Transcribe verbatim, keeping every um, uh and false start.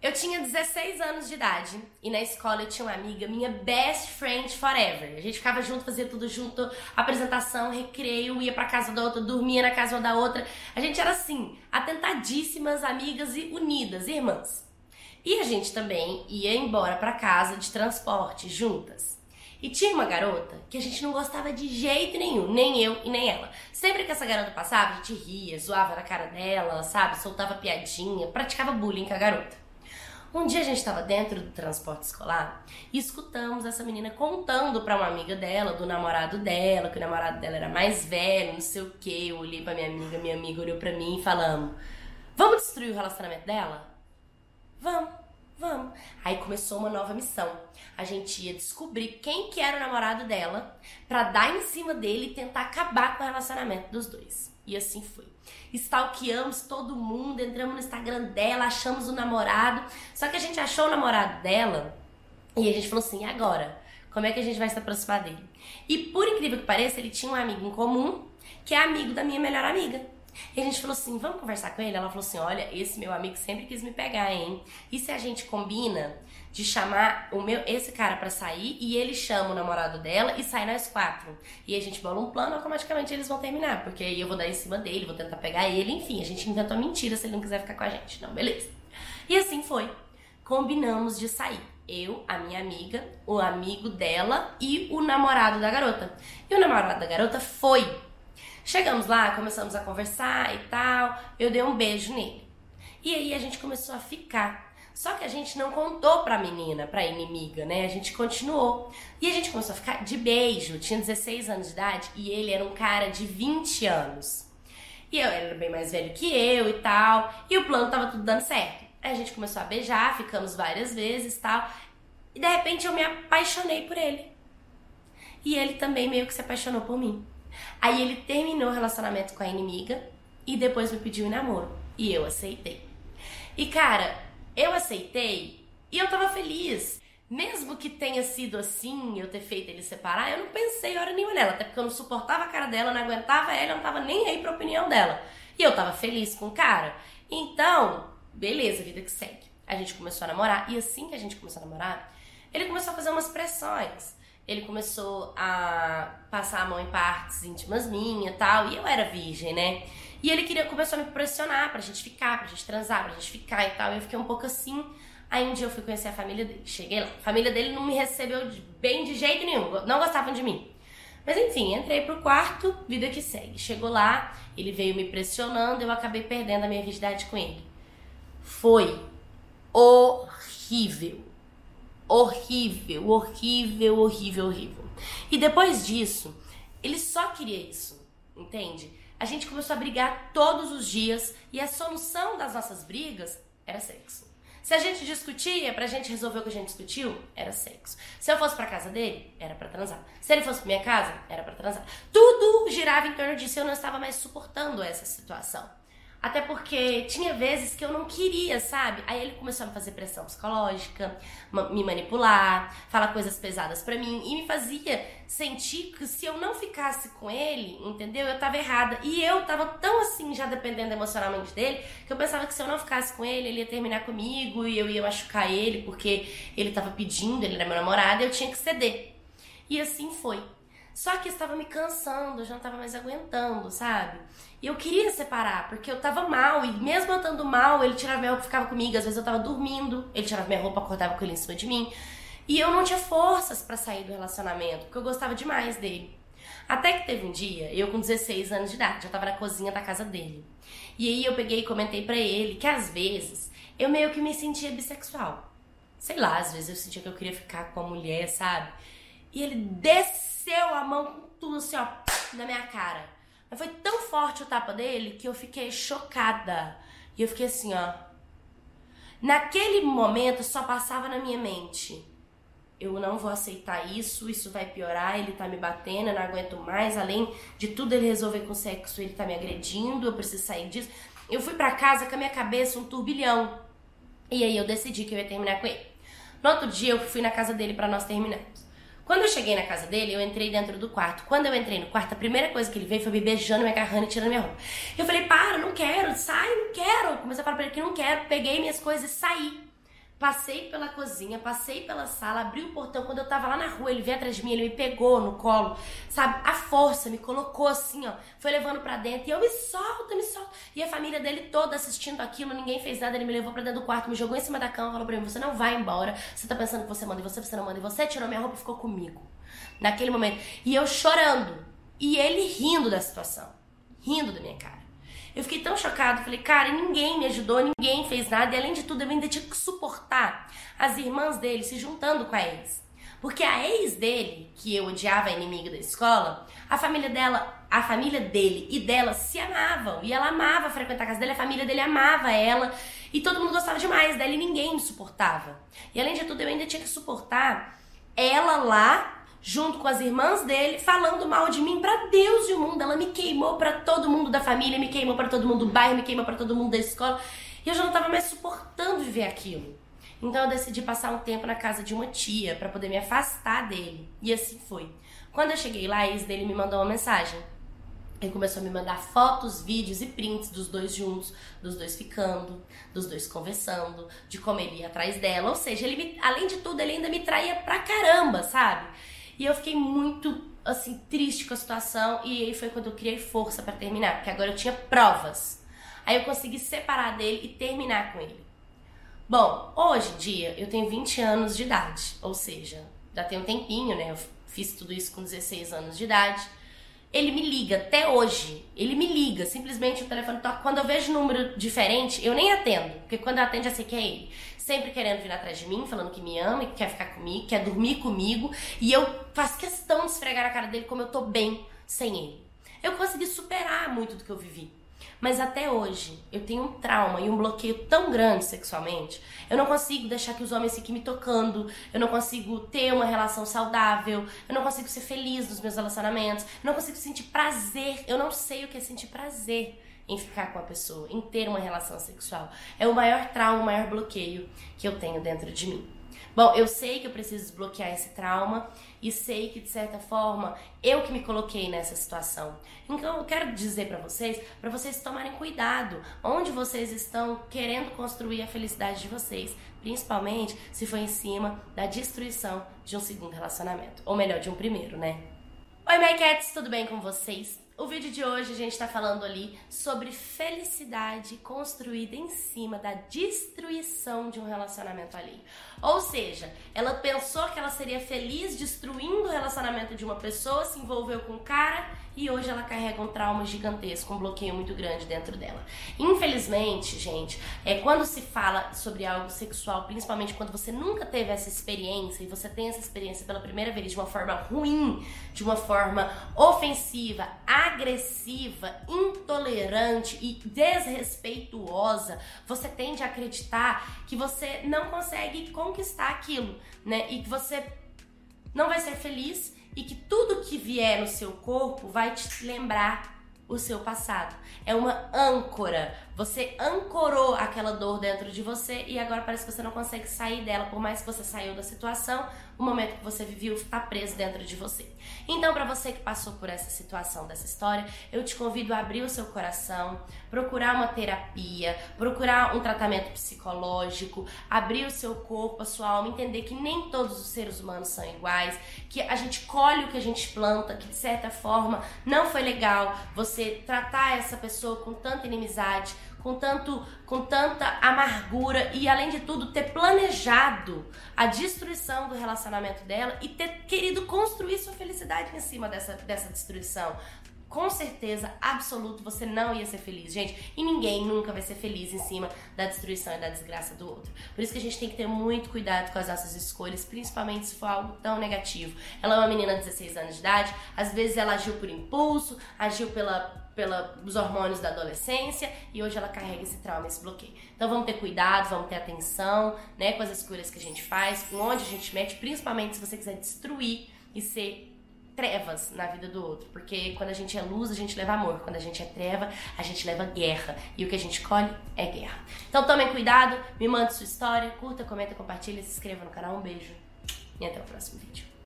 Eu tinha dezesseis anos de idade e na escola eu tinha uma amiga, minha best friend forever. A gente ficava junto, fazia tudo junto, apresentação, recreio, ia pra casa da outra, dormia na casa da outra. A gente era assim, atentadíssimas, amigas e unidas, irmãs. E a gente também ia embora pra casa de transporte juntas. E tinha uma garota que a gente não gostava de jeito nenhum, nem eu e nem ela. Sempre que essa garota passava, a gente ria, zoava na cara dela, sabe? Soltava piadinha, praticava bullying com a garota. Um dia a gente estava dentro do transporte escolar e escutamos essa menina contando pra uma amiga dela, do namorado dela, que o namorado dela era mais velho, não sei o que. Eu olhei pra minha amiga, minha amiga olhou pra mim e falamos: vamos destruir o relacionamento dela? Vamos, vamos. Aí começou uma nova missão. A gente ia descobrir quem que era o namorado dela pra dar em cima dele e tentar acabar com o relacionamento dos dois. E assim foi. Stalkeamos todo mundo, entramos no Instagram dela, achamos o namorado. Só que a gente achou o namorado dela e a gente falou assim: e agora? Como é que a gente vai se aproximar dele? E por incrível que pareça, ele tinha um amigo em comum que é amigo da minha melhor amiga. E a gente falou assim: vamos conversar com ele? Ela falou assim: olha, esse meu amigo sempre quis me pegar, hein? E se a gente combina de chamar o meu, esse cara pra sair e ele chama o namorado dela e sai nós quatro? E a gente bola um plano, automaticamente eles vão terminar, porque aí eu vou dar em cima dele, vou tentar pegar ele, enfim, a gente inventou mentira se ele não quiser ficar com a gente. Não, beleza. E assim foi. Combinamos de sair. Eu, a minha amiga, o amigo dela e o namorado da garota. E o namorado da garota foi. Chegamos lá, começamos a conversar e tal, eu dei um beijo nele. E aí a gente começou a ficar. Só que a gente não contou pra menina, pra inimiga, né? A gente continuou. E a gente começou a ficar de beijo. Eu tinha dezesseis anos de idade e ele era um cara de vinte anos. E eu era bem mais velho que eu e tal. E o plano tava tudo dando certo. Aí a gente começou a beijar, ficamos várias vezes e tal. E de repente eu me apaixonei por ele. E ele também meio que se apaixonou por mim. Aí ele terminou o relacionamento com a inimiga e depois me pediu em namoro. E eu aceitei. E cara, eu aceitei e eu tava feliz. Mesmo que tenha sido assim, eu ter feito ele separar, eu não pensei hora nenhuma nela. Até porque eu não suportava a cara dela, não aguentava ela, eu não tava nem aí pra opinião dela. E eu tava feliz com o cara. Então, beleza, vida que segue. A gente começou a namorar e assim que a gente começou a namorar, ele começou a fazer umas pressões. Ele começou a passar a mão em partes íntimas minhas e tal. E eu era virgem, né? E ele queria, começou a me pressionar pra gente ficar, pra gente transar, pra gente ficar e tal. E eu fiquei um pouco assim. Aí um dia eu fui conhecer a família dele. Cheguei lá. A família dele não me recebeu de, bem de jeito nenhum. Não gostavam de mim. Mas enfim, entrei pro quarto, vida que segue. Chegou lá, ele veio me pressionando. Eu acabei perdendo a minha virgindade com ele. Foi horrível. Horrível, horrível, horrível, horrível. E depois disso, ele só queria isso, entende? A gente começou a brigar todos os dias e a solução das nossas brigas era sexo. Se a gente discutia, pra gente resolver o que a gente discutiu, era sexo. Se eu fosse pra casa dele, era pra transar. Se ele fosse pra minha casa, era pra transar. Tudo girava em torno disso e eu não estava mais suportando essa situação. Até porque tinha vezes que eu não queria, sabe? Aí ele começou a me fazer pressão psicológica, me manipular, falar coisas pesadas pra mim e me fazia sentir que se eu não ficasse com ele, entendeu? Eu tava errada. E eu tava tão assim, já dependendo emocionalmente dele, que eu pensava que se eu não ficasse com ele, ele ia terminar comigo e eu ia machucar ele porque ele tava pedindo, ele era meu namorado e eu tinha que ceder. E assim foi. Só que estava me cansando, eu já não estava mais aguentando, sabe? E eu queria separar, porque eu tava mal. E mesmo eu estando mal, ele tirava minha roupa e ficava comigo. Às vezes eu tava dormindo, ele tirava minha roupa, acordava com ele em cima de mim. E eu não tinha forças pra sair do relacionamento, porque eu gostava demais dele. Até que teve um dia, eu com dezesseis anos de idade, eu tava na cozinha da casa dele. E aí eu peguei e comentei pra ele que às vezes eu meio que me sentia bissexual. Sei lá, às vezes eu sentia que eu queria ficar com a mulher, sabe? E ele desceu a mão com tudo assim, ó, na minha cara. Mas foi tão forte o tapa dele que eu fiquei chocada. E eu fiquei assim, ó. Naquele momento só passava na minha mente: eu não vou aceitar isso, isso vai piorar, ele tá me batendo, eu não aguento mais. Além de tudo ele resolver com sexo, ele tá me agredindo, eu preciso sair disso. Eu fui pra casa com a minha cabeça um turbilhão. E aí eu decidi que eu ia terminar com ele. No outro dia eu fui na casa dele pra nós terminarmos. Quando eu cheguei na casa dele, eu entrei dentro do quarto. Quando eu entrei no quarto, a primeira coisa que ele veio foi me beijando, me agarrando e tirando minha roupa. Eu falei: para, não quero, sai, não quero. Comecei a falar pra ele que não quero. Peguei minhas coisas e saí. Passei pela cozinha, passei pela sala, abri o portão. Quando eu tava lá na rua, ele veio atrás de mim, ele me pegou no colo, sabe? A força, me colocou assim, ó. Foi levando pra dentro e eu me solta, me solta. E a família dele toda assistindo aquilo, ninguém fez nada. Ele me levou pra dentro do quarto, me jogou em cima da cama, falou pra mim, você não vai embora. Você tá pensando que você manda e você, você não manda. E você tirou minha roupa e ficou comigo. Naquele momento. E eu chorando. E ele rindo da situação. Rindo da minha cara. Eu fiquei tão chocada, falei, cara, ninguém me ajudou, ninguém fez nada. E além de tudo, eu ainda tinha que suportar as irmãs dele se juntando com a ex. Porque a ex dele, que eu odiava, a inimiga da escola, a família dela, a família dele e dela se amavam. E ela amava frequentar a casa dele, a família dele amava ela. E todo mundo gostava demais dela e ninguém me suportava. E além de tudo, eu ainda tinha que suportar ela lá, junto com as irmãs dele, falando mal de mim pra Deus e o mundo. Ela me queimou pra todo mundo da família, me queimou pra todo mundo do bairro, me queimou pra todo mundo da escola. E eu já não tava mais suportando viver aquilo. Então eu decidi passar um tempo na casa de uma tia pra poder me afastar dele. E assim foi. Quando eu cheguei lá, a ex dele me mandou uma mensagem. Ele começou a me mandar fotos, vídeos e prints dos dois juntos, dos dois ficando, dos dois conversando, de como ele ia atrás dela. Ou seja, ele me, além de tudo, ele ainda me traía pra caramba, sabe? E eu fiquei muito, assim, triste com a situação. E aí foi quando eu criei força pra terminar, porque agora eu tinha provas. Aí eu consegui separar dele e terminar com ele. Bom, hoje em dia eu tenho vinte anos de idade. Ou seja, já tem um tempinho, né? Eu fiz tudo isso com dezesseis anos de idade. Ele me liga até hoje. Ele me liga, simplesmente o telefone toca. Quando eu vejo número diferente, eu nem atendo. Porque quando eu atendo, já sei que é ele. Sempre querendo vir atrás de mim, falando que me ama, que quer ficar comigo, quer dormir comigo. E eu faço questão de esfregar a cara dele como eu tô bem sem ele. Eu consegui superar muito do que eu vivi. Mas até hoje, eu tenho um trauma e um bloqueio tão grande sexualmente. Eu não consigo deixar que os homens fiquem me tocando. Eu não consigo ter uma relação saudável. Eu não consigo ser feliz nos meus relacionamentos. Eu não consigo sentir prazer. Eu não sei o que é sentir prazer em ficar com a pessoa, em ter uma relação sexual. É o maior trauma, o maior bloqueio que eu tenho dentro de mim. Bom, eu sei que eu preciso desbloquear esse trauma e sei que, de certa forma, eu que me coloquei nessa situação. Então, eu quero dizer pra vocês, pra vocês tomarem cuidado onde vocês estão querendo construir a felicidade de vocês, principalmente se for em cima da destruição de um segundo relacionamento, ou melhor, de um primeiro, né? Oi, My Cats, tudo bem com vocês? O vídeo de hoje a gente tá falando ali sobre felicidade construída em cima da destruição de um relacionamento alheio. Ou seja, ela pensou que ela seria feliz destruindo o relacionamento de uma pessoa, se envolveu com um cara e hoje ela carrega um trauma gigantesco, um bloqueio muito grande dentro dela. Infelizmente, gente, é, quando se fala sobre algo sexual, principalmente quando você nunca teve essa experiência e você tem essa experiência pela primeira vez de uma forma ruim, de uma forma ofensiva, agressiva, intolerante e desrespeituosa, você tende a acreditar que você não consegue conquistar aquilo, né? E que você não vai ser feliz e que tudo que vier no seu corpo vai te lembrar o seu passado. É uma âncora. Você ancorou aquela dor dentro de você e agora parece que você não consegue sair dela. Por mais que você saiu da situação, o momento que você viveu está preso dentro de você. Então, para você que passou por essa situação, dessa história, eu te convido a abrir o seu coração, procurar uma terapia, procurar um tratamento psicológico, abrir o seu corpo, a sua alma, entender que nem todos os seres humanos são iguais, que a gente colhe o que a gente planta, que de certa forma não foi legal você tratar essa pessoa com tanta inimizade, com, tanto, com tanta amargura e, além de tudo, ter planejado a destruição do relacionamento dela e ter querido construir sua felicidade em cima dessa, dessa destruição. Com certeza, absoluto, você não ia ser feliz, gente. E ninguém nunca vai ser feliz em cima da destruição e da desgraça do outro. Por isso que a gente tem que ter muito cuidado com as nossas escolhas, principalmente se for algo tão negativo. Ela é uma menina de dezesseis anos de idade, às vezes ela agiu por impulso, agiu pela... pelos hormônios da adolescência e hoje ela carrega esse trauma, esse bloqueio. Então vamos ter cuidado, vamos ter atenção, né, com as escolhas que a gente faz, com onde a gente mete, principalmente se você quiser destruir e ser trevas na vida do outro, porque quando a gente é luz, a gente leva amor, quando a gente é treva, a gente leva guerra, e o que a gente colhe é guerra. Então tomem cuidado, me mande sua história, curta, comenta, compartilha, se inscreva no canal, um beijo e até o próximo vídeo.